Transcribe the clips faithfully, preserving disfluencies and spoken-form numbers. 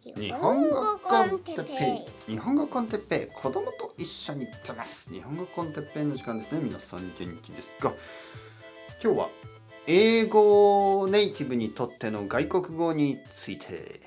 日本語コンテッペイ日本語コンテッペイ子供と一緒に行ってます。日本語コンテッペイの時間ですね。皆さん元気ですか？今日は英語ネイティブにとっての外国語について。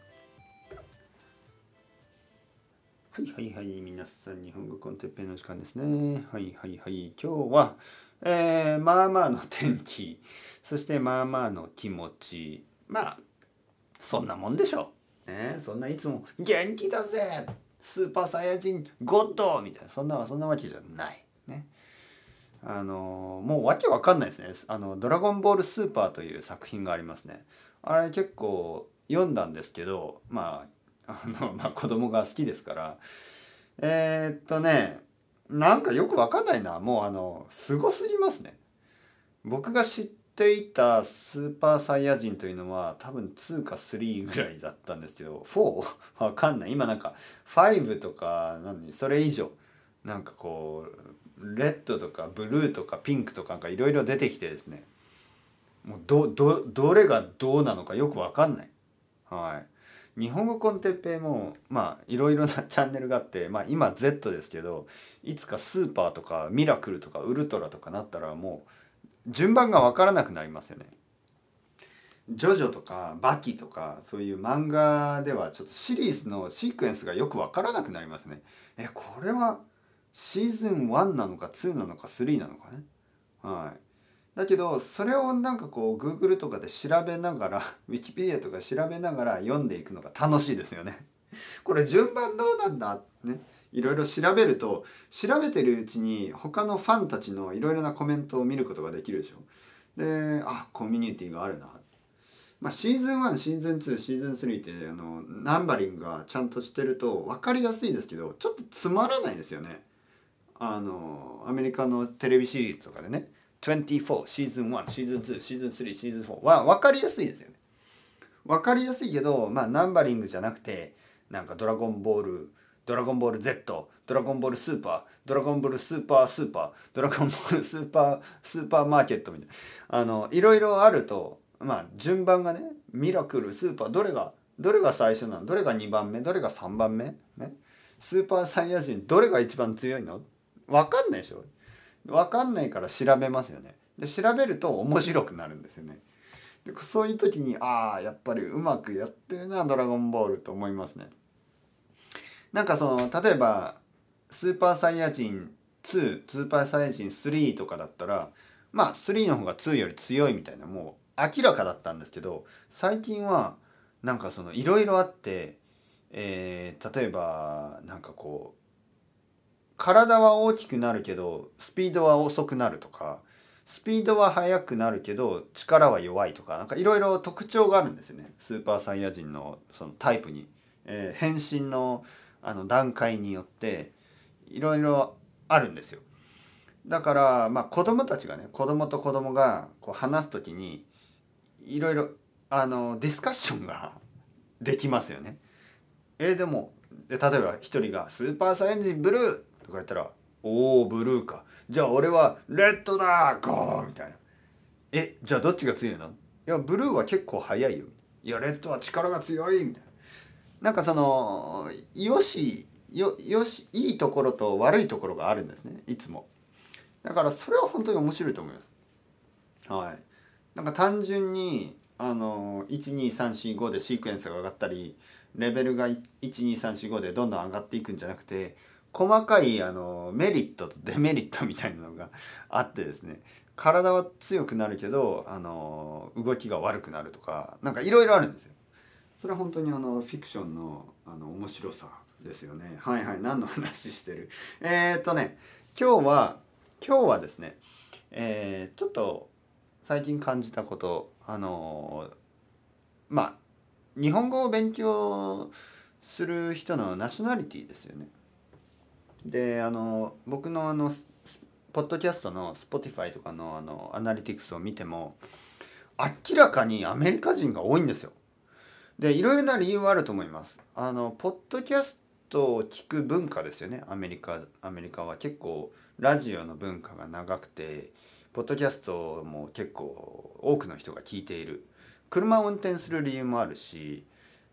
はいはいはい、皆さん日本語コンテッペイの時間ですね。はいはいはい、今日は、えー、まあまあの天気、そしてまあまあの気持ち、まあそんなもんでしょう、ね、そんないつも元気だぜスーパーサイヤ人ゴッドみたいな、そんなそんなわけじゃないね。あのもうわけわかんないですね。あのドラゴンボールスーパーという作品がありますね。あれ結構読んだんですけど、まああのまあ子供が好きですから、えー、っとねなんかよくわかんないな。もうあのすごすぎますね。僕が知っていたスーパーサイヤ人というのは多分にかさんぐらいだったんですけど、よんわかんない。今なんかごとか何それ以上なんかこうレッドとかブルーとかピンクとかなんかいろいろ出てきてですね、もうどどどれがどうなのかよくわかんない。はい。日本語コンテッペイもまあいろいろなチャンネルがあって、まあ今 Z ですけど、いつかスーパーとかミラクルとかウルトラとかなったらもう順番が分からなくなりますよね。ジョジョとかバキとかそういう漫画ではちょっとシリーズのシークエンスがよく分からなくなりますね。え、これはシーズンワンなのかツーなのかスリーなのかね。はい。だけどそれをなんかこう Google とかで調べながらWikipedia とか調べながら読んでいくのが楽しいですよね。これ順番どうなんだね。いろいろ調べると、調べてるうちに他のファンたちのいろいろなコメントを見ることができるでしょ。で、あ、コミュニティがあるな。まあ、シーズンワン、シーズンツー、シーズンスリーってあのナンバリングがちゃんとしてると分かりやすいですけど、ちょっとつまらないですよね。あのアメリカのテレビシリーズとかでね、にじゅうよんシーズンワン、シーズンツー、シーズンスリー、シーズンフォーは分かりやすいですよね。分かりやすいけど、まあナンバリングじゃなくて、なんかドラゴンボール、ドラゴンボール Z、ドラゴンボールスーパー、ドラゴンボールスーパースーパー、ドラゴンボールスーパースーパーマーケットみたいな、あのいろいろあると、まあ順番がね、ミラクルスーパー、どれがどれが最初なの、どれがにばんめ、どれがさんばんめね、スーパーサイヤ人どれが一番強いの、分かんないでしょ。分かんないから調べますよね。で調べると面白くなるんですよね。でそういう時にああやっぱりうまくやってるなドラゴンボールと思いますね。なんかその例えばスーパーサイヤ人ツー、スーパーサイヤ人スリーとかだったら、まあスリーの方がツーより強いみたいなもう明らかだったんですけど、最近はなんかそのいろいろあって、えー、例えばなんかこう体は大きくなるけどスピードは遅くなるとか、スピードは速くなるけど力は弱いとか、なんかいろいろ特徴があるんですよね。スーパーサイヤ人のそのタイプに、えー、変身のあの段階によっていろいろあるんですよ。だからまあ子供たちがね、子供と子供がこう話すときにいろいろあのディスカッションができますよね。えー、でもで例えば一人が「スーパーサイヤ人ブルー」とか言ったら「おおブルーか、じゃあ俺はレッドだゴー」みたいな。え、じゃあどっちが強いの？いやブルーは結構速いよ。いやレッドは力が強いみたいな。なんかそのよしよよしいいところと悪いところがあるんですね、いつも。だからそれは本当に面白いと思います。はい。なんか単純にあのいちにさんしごでシークエンスが上がったり、レベルがいちにさんしごでどんどん上がっていくんじゃなくて、細かいあのメリットとデメリットみたいなのがあってですね、体は強くなるけどあの動きが悪くなるとか、なんかいろいろあるんですよ。それは本当にあのフィクションのあの面白さですよね。はいはい、何の話してる。えー、っとね今日は今日はですね、えー、ちょっと最近感じたこと、あのまあ日本語を勉強する人のナショナリティですよね。であの僕のあのポッドキャストの Spotify とかのあのアナリティクスを見ても明らかにアメリカ人が多いんですよ。でいろいろな理由はあると思います。あのポッドキャストを聞く文化ですよね。アメリカアメリカは結構ラジオの文化が長くて、ポッドキャストも結構多くの人が聞いている。車を運転する理由もあるし、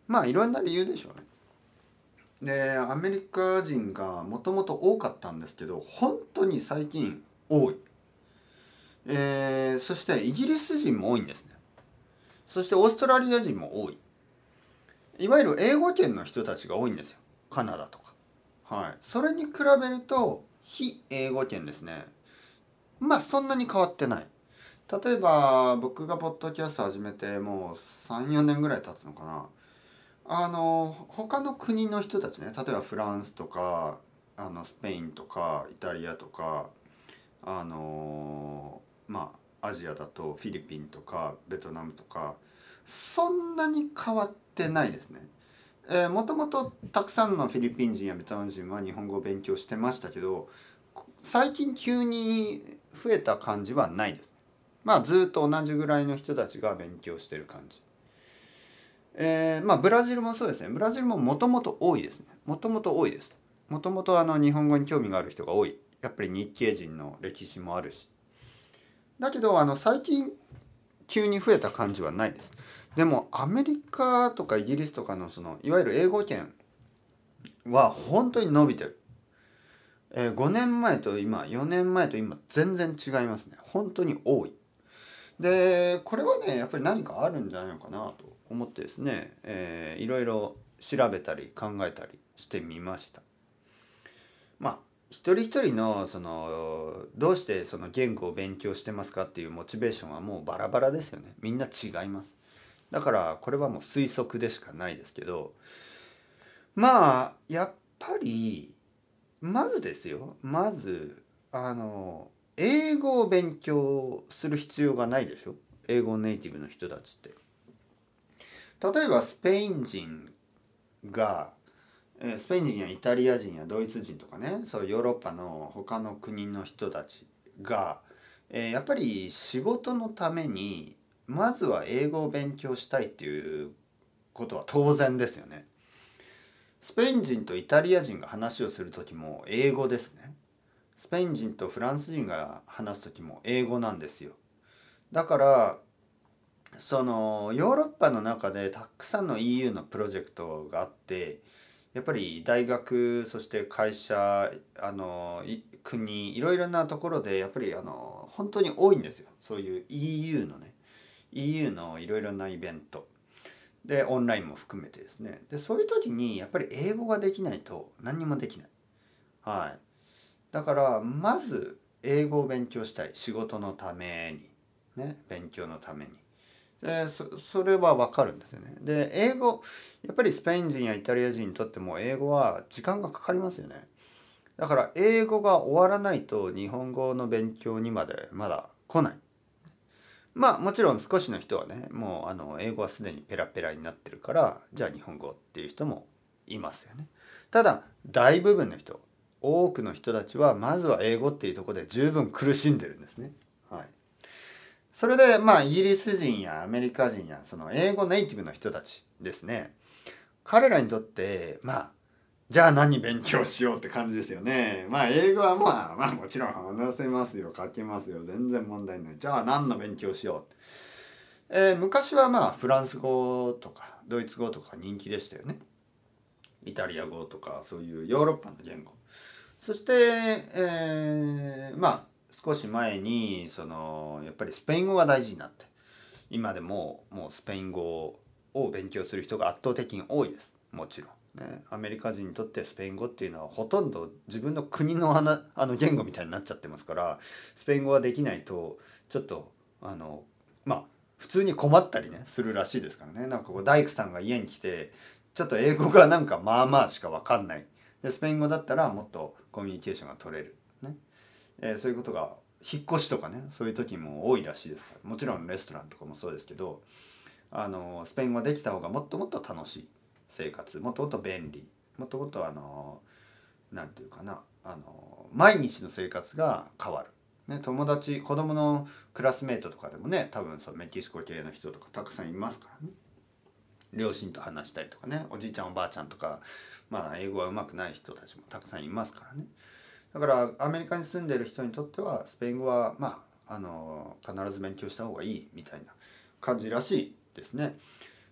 まあいろんな理由でしょうね。でアメリカ人がもともと多かったんですけど本当に最近多い、えー、そしてイギリス人も多いんですね。そしてオーストラリア人も多い。いわゆる英語圏の人たちが多いんですよ。カナダとか。はい。それに比べると非英語圏ですね。まあそんなに変わってない。例えば僕がポッドキャスト始めてもうさん、よねんぐらい経つのかな。あの他の国の人たちね、例えばフランスとかあのスペインとかイタリアとかあのまあアジアだとフィリピンとかベトナムとかそんなに変わってないですね。えー、もともとたくさんのフィリピン人やベトナム人は日本語を勉強してましたけど最近急に増えた感じはないです。まあずっと同じぐらいの人たちが勉強してる感じ。えー、まあブラジルもそうですね。ブラジルももともと多いですね。もともと多いです。もともとあの日本語に興味がある人が多い。やっぱり日系人の歴史もあるし。だけどあの最近急に増えた感じはないです。でもアメリカとかイギリスとかのそのいわゆる英語圏は本当に伸びてる。えー、ごねんまえと今よねんまえと今全然違いますね。本当に多い。でこれはねやっぱり何かあるんじゃないのかなと思ってですね、えー、いろいろ調べたり考えたりしてみました。まあ一人一人のそのどうしてその言語を勉強してますかっていうモチベーションはもうバラバラですよね。みんな違います。だからこれはもう推測でしかないですけど、まあやっぱりまずですよまずあの英語を勉強する必要がないでしょ。英語ネイティブの人たちって。例えばスペイン人がスペイン人やイタリア人やドイツ人とかねそうヨーロッパの他の国の人たちが、えー、やっぱり仕事のためにまずは英語を勉強したいっていうことは当然ですよね。スペイン人とイタリア人が話をする時も英語ですね。スペイン人とフランス人が話す時も英語なんですよ。だからそのヨーロッパの中でたくさんの イーユー のプロジェクトがあってやっぱり大学そして会社あの国いろいろなところでやっぱりあの本当に多いんですよ。そういう イーユー のね イーユー のいろいろなイベントでオンラインも含めてですね。でそういう時にやっぱり英語ができないと何にもできない。はい。だからまず英語を勉強したい仕事のためにね勉強のために。でそそれは分かるんですよね。で英語やっぱりスペイン人やイタリア人にとっても英語は時間がかかりますよね。だから英語が終わらないと日本語の勉強にまでまだ来ない。まあもちろん少しの人はねもうあの英語はすでにペラペラになってるからじゃあ日本語っていう人もいますよね。ただ大部分の人多くの人たちはまずは英語っていうところで十分苦しんでるんですね。はい。それでまあイギリス人やアメリカ人やその英語ネイティブの人たちですね。彼らにとってまあじゃあ何勉強しようって感じですよね。まあ英語はまあまあもちろん話せますよ書けますよ全然問題ない。じゃあ何の勉強しようって。えー、昔はまあフランス語とかドイツ語とか人気でしたよね。イタリア語とかそういうヨーロッパの言語。そして、えー、まあ少し前にそのやっぱりスペイン語が大事になって今でももうスペイン語を勉強する人が圧倒的に多いです。もちろん、ね、アメリカ人にとってスペイン語っていうのはほとんど自分の国のあのあの言語みたいになっちゃってますからスペイン語ができないとちょっとあのまあ普通に困ったりねするらしいですからね。なんかこう大工さんが家に来てちょっと英語がなんかまあまあしか分かんないでスペイン語だったらもっとコミュニケーションが取れる、ねえー、そういうことが引っ越しとかねそういう時も多いらしいですから。もちろんレストランとかもそうですけどあのスペイン語ができた方がもっともっと楽しい生活もっともっと便利もっともっとあのなんていうかなあの毎日の生活が変わる、ね、友達子供のクラスメートとかでもね多分そうメキシコ系の人とかたくさんいますからね。両親と話したりとかねおじいちゃんおばあちゃんとかまあ英語は上手くない人たちもたくさんいますからね。だからアメリカに住んでいる人にとってはスペイン語はまああの必ず勉強した方がいいみたいな感じらしいですね。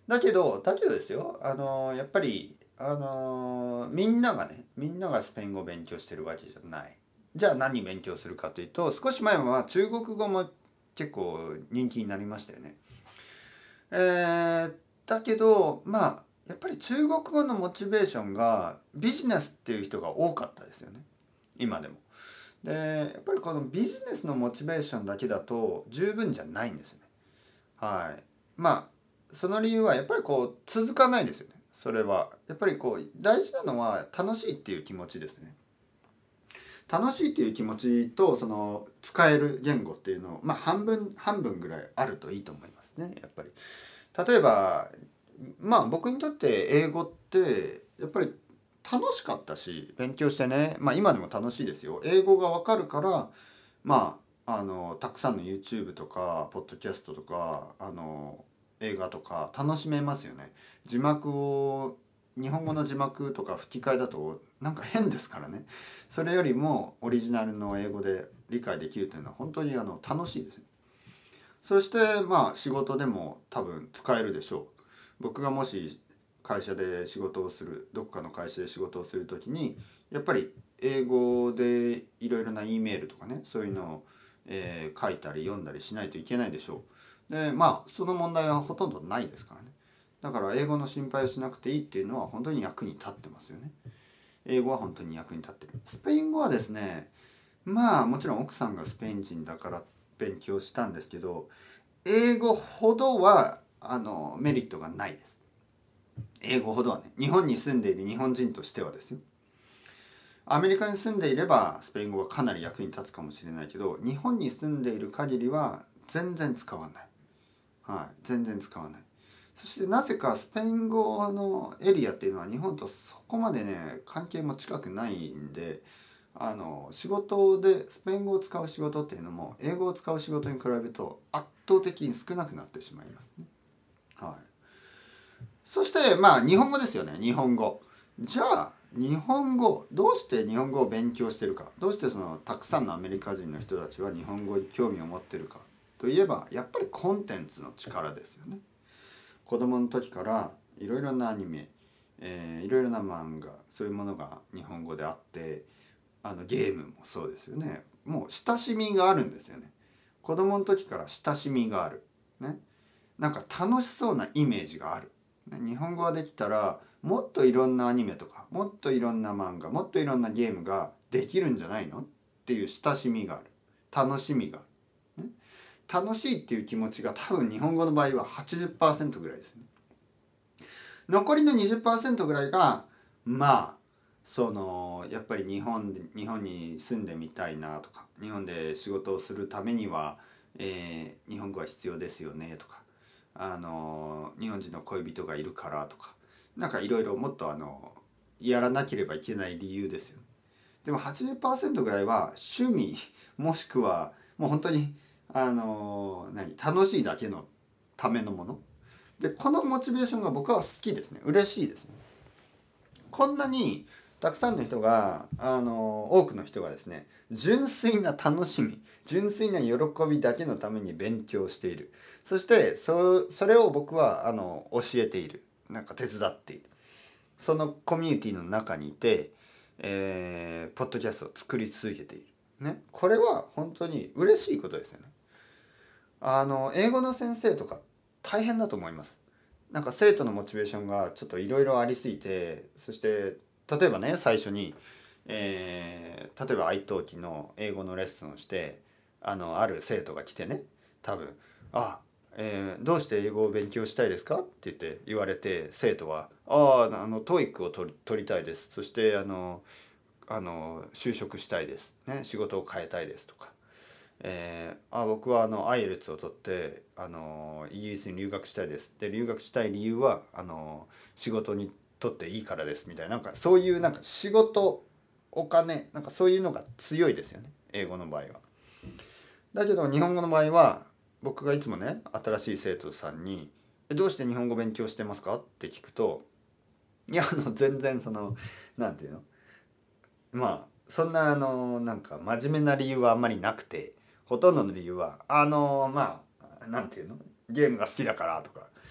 だけどだけどですよ、あのやっぱりあのみんながねみんながスペイン語を勉強してるわけじゃない。じゃあ何勉強するかというと、少し前は中国語も結構人気になりましたよね。えー、だけどまあやっぱり中国語のモチベーションがビジネスっていう人が多かったですよね、今でも。でやっぱりこのビジネスのモチベーションだけだと十分じゃないんですよね。はい。まあその理由はやっぱりこう続かないですよね。それはやっぱりこう大事なのは楽しいっていう気持ちですね。楽しいっていう気持ちとその使える言語っていうのをまあ半分半分ぐらいあるといいと思いますね、やっぱり。例えばまあ僕にとって英語ってやっぱり楽しかったし、勉強してね、まあ今でも楽しいですよ。英語がわかるからまああのたくさんの YouTube とかポッドキャストとかあの映画とか楽しめますよね。字幕を日本語の字幕とか吹き替えだとなんか変ですからね。それよりもオリジナルの英語で理解できるというのは本当にあの楽しいですね。そしてまあ仕事でも多分使えるでしょう。僕がもし会社で仕事をするどっかの会社で仕事をするときにやっぱり英語でいろいろな E メールとかねそういうのを、えー書いたり読んだりしないといけないでしょう。でまあその問題はほとんどないですからね。だから英語の心配をしなくていいっていうのは本当に役に立ってますよね。英語は本当に役に立ってる。スペイン語はですね、まあもちろん奥さんがスペイン人だから勉強したんですけど、英語ほどはあのメリットがないです。英語ほどはね、日本に住んでいる日本人としてはですよ。アメリカに住んでいればスペイン語はかなり役に立つかもしれないけど、日本に住んでいる限りは全然使わない。はい、全然使わない。そしてなぜかスペイン語のエリアっていうのは日本とそこまでね関係も近くないんで、あの仕事でスペイン語を使う仕事っていうのも英語を使う仕事に比べると圧倒的に少なくなってしまいますね。はい。そしてまあ日本語ですよね、日本語。じゃあ日本語どうして日本語を勉強してるか、どうしてそのたくさんのアメリカ人の人たちは日本語に興味を持ってるかといえばやっぱりコンテンツの力ですよね。子供の時からいろいろなアニメ、えー、いろいろな漫画そういうものが日本語であって、あのゲームもそうですよね。もう親しみがあるんですよね。子供の時から親しみがある、ね、なんか楽しそうなイメージがある。日本語ができたらもっといろんなアニメとかもっといろんな漫画もっといろんなゲームができるんじゃないのっていう親しみがある、楽しみがある、ね、楽しいっていう気持ちが多分日本語の場合は はちじゅっパーセント ぐらいですね。残りの にじゅっパーセント ぐらいがまあそのやっぱり日本で日本に住んでみたいなとか日本で仕事をするためには、えー日本語は必要ですよねとか、あの日本人の恋人がいるからとか、なんかいろいろもっとあのやらなければいけない理由ですよ。でも はちじゅっパーセント ぐらいは趣味もしくはもう本当にあの何楽しいだけのためのもので、このモチベーションが僕は好きですね。嬉しいですね。こんなにたくさんの人があの多くの人がですね純粋な楽しみ純粋な喜びだけのために勉強している。そしてそそれを僕はあの教えている、なんか手伝っている、そのコミュニティの中にいて、えー、ポッドキャストを作り続けている、ね、これは本当に嬉しいことですよね。あの英語の先生とか大変だと思います。なんか生徒のモチベーションがちょっといろいろありすぎて、そして例えばね最初に、えー、例えば愛登記の英語のレッスンをしてあのある生徒が来てね、多分あ、えー、どうして英語を勉強したいですかって言って言われて、生徒はああの トーイック を取り、取りたいです、そしてあのあの就職したいです、ね、仕事を変えたいですとか、えー、あ僕はあのアイエルツを取ってあのイギリスに留学したいです、で留学したい理由はあの仕事にとっていいからですみたいな、なんかそういうなんか仕事お金なんかそういうのが強いですよね、英語の場合は。だけど日本語の場合は僕がいつもね新しい生徒さんに「どうして日本語勉強してますか?」って聞くと、いやあの全然そのなんていうの、まあそんなあのなんか真面目な理由はあんまりなくて、ほとんどの理由はあのまあなんていうのゲームが好きだからとか、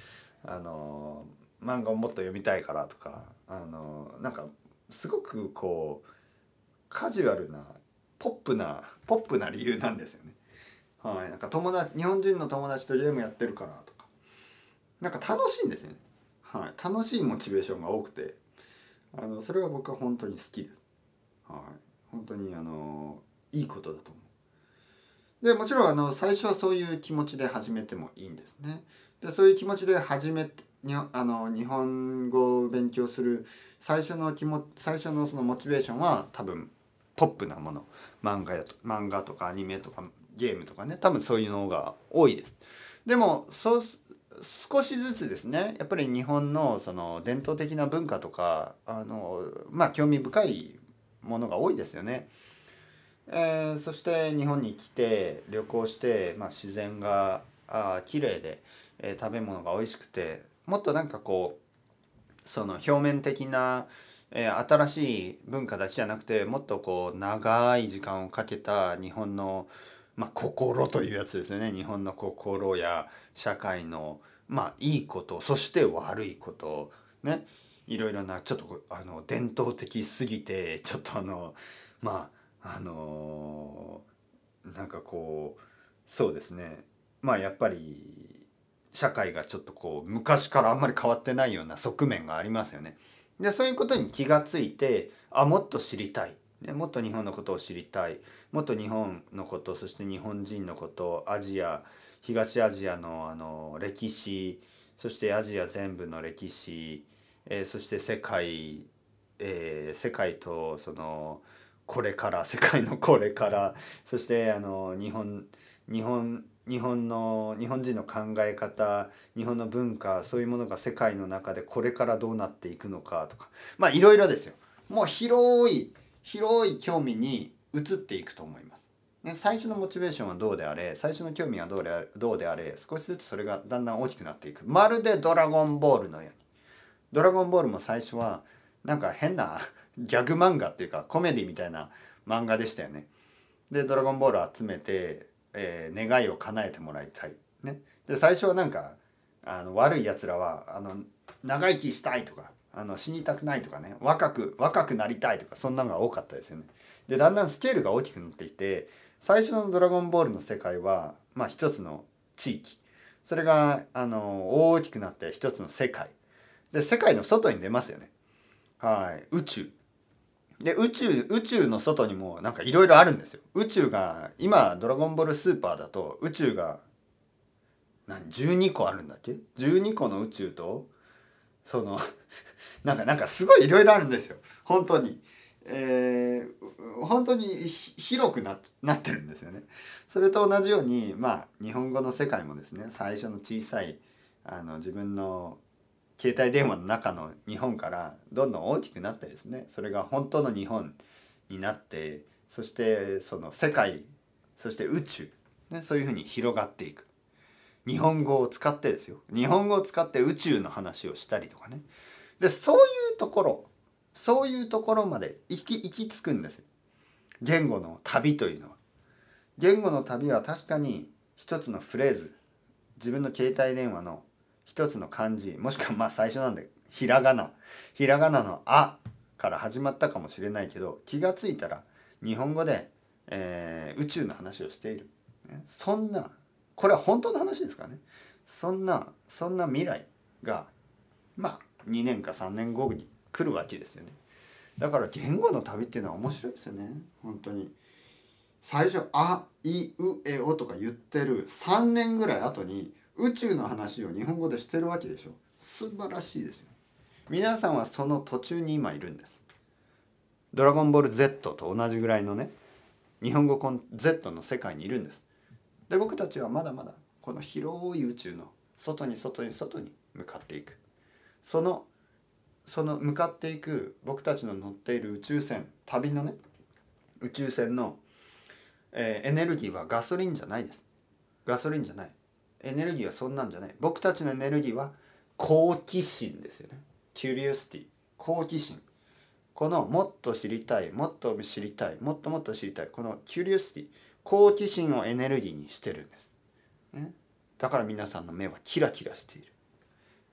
あの漫画をもっと読みたいからとか、あのなんかすごくこうカジュアルなポップなポップな理由なんですよね。はい、なんか友達日本人の友達とゲームやってるからとか、なんか楽しいんですよね。はい、楽しいモチベーションが多くて、あのそれが僕は本当に好きです。はい、本当にあのいいことだと思う。でもちろんあの最初はそういう気持ちで始めてもいいんですね。でそういう気持ちで始めてにあの日本語を勉強する最初の気も最初のそのモチベーションは多分ポップなもの、漫画やと漫画とかアニメとかゲームとかね、多分そういうのが多いです。でもそう少しずつですね、やっぱり日本のその伝統的な文化とかあのまあ興味深いものが多いですよね。えーそして日本に来て旅行して、まあ、自然があー綺麗で、えー食べ物が美味しくて、もっとなんかこうその表面的な、えー新しい文化だけじゃなくて、もっとこう長い時間をかけた日本の、まあ、心というやつですよね。日本の心や社会の、まあ、いいことそして悪いことね、いろいろなちょっとあの伝統的すぎてちょっとあのまああのーなんかこうそうですね、まあやっぱり社会がちょっとこう昔からあんまり変わってないような側面がありますよね。でそういうことに気がついて、あもっと知りたい、ね、もっと日本のことを知りたい、もっと日本のこと、そして日本人のこと、アジア東アジアのあの歴史、そしてアジア全部の歴史、えーそして世界、えー世界とそのこれから世界のこれから、そしてあの日本日本日本の日本人の考え方、日本の文化、そういうものが世界の中でこれからどうなっていくのかとか、まあいろいろですよ。もう広い広い興味に移っていくと思います。ね、最初のモチベーションはどうであれ、最初の興味はどうであれ、どうであれ、少しずつそれがだんだん大きくなっていく。まるでドラゴンボールのように。ドラゴンボールも最初はなんか変なギャグ漫画っていうかコメディみたいな漫画でしたよね。でドラゴンボールを集めて、えー願いを叶えてもらいたい、ね、で最初はなんかあの悪いやつらはあの長生きしたいとか、あの死にたくないとかね、若く若くなりたいとか、そんなのが多かったですよね。でだんだんスケールが大きくなっていて、最初の「ドラゴンボール」の世界はまあ一つの地域、それがあの大きくなって一つの世界で、世界の外に出ますよね。はい、宇宙で宇宙宇宙の外にもなんかいろいろあるんですよ。宇宙が今ドラゴンボールスーパーだと宇宙が何じゅうにこあるんだっけ、じゅうにこの宇宙とそのなんかなんかすごいいろいろあるんですよ本当に。えー、本当に広くななってるんですよね。それと同じようにまあ日本語の世界もですね、最初の小さいあの自分の携帯電話の中の日本からどんどん大きくなってですね、それが本当の日本になって、そしてその世界、そして宇宙、ね、そういうふうに広がっていく。日本語を使ってですよ、日本語を使って宇宙の話をしたりとかね。でそういうところそういうところまで行き行き着くんですよ、言語の旅というのは。言語の旅は確かに一つのフレーズ、自分の携帯電話の一つの漢字、もしくはまあ最初なんでひらがなひらがなの「あ」から始まったかもしれないけど、気がついたら日本語で、えー宇宙の話をしている、ね、そんな、これは本当の話ですからね。そんなそんな未来がまあにねんかさんねんごに来るわけですよね。だから言語の旅っていうのは面白いですよね本当に。最初「あいうえお」とか言ってるさんねんぐらい後に宇宙の話を日本語でしてるわけでしょ。素晴らしいですよ。皆さんはその途中に今いるんです。ドラゴンボール Z と同じぐらいのね、日本語コン Z の世界にいるんです。で僕たちはまだまだこの広い宇宙の外に外に外に向かっていく。そのその向かっていく僕たちの乗っている宇宙船、旅のね宇宙船の、えーエネルギーはガソリンじゃないです。ガソリンじゃない。エネルギーはそんなんじゃない。僕たちのエネルギーは好奇心ですよね。キュリオシティ、好奇心。このもっと知りたい、もっと知りたい、もっともっと知りたい、このキュリオシティ、好奇心をエネルギーにしてるんです、ね、だから皆さんの目はキラキラしている。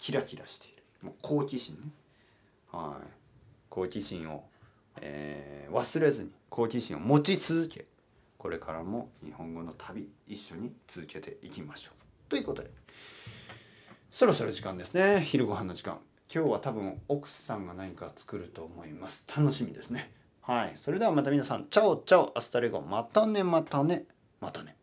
キラキラしている、もう好奇心ね。はい、好奇心を、えー、忘れずに好奇心を持ち続け、これからも日本語の旅一緒に続けていきましょうということで、そろそろ時間ですね。昼ご飯の時間。今日は多分奥さんが何か作ると思います。楽しみですね。はい、それではまた皆さん、チャオチャオ、アスタレゴ、またねまたねまたね。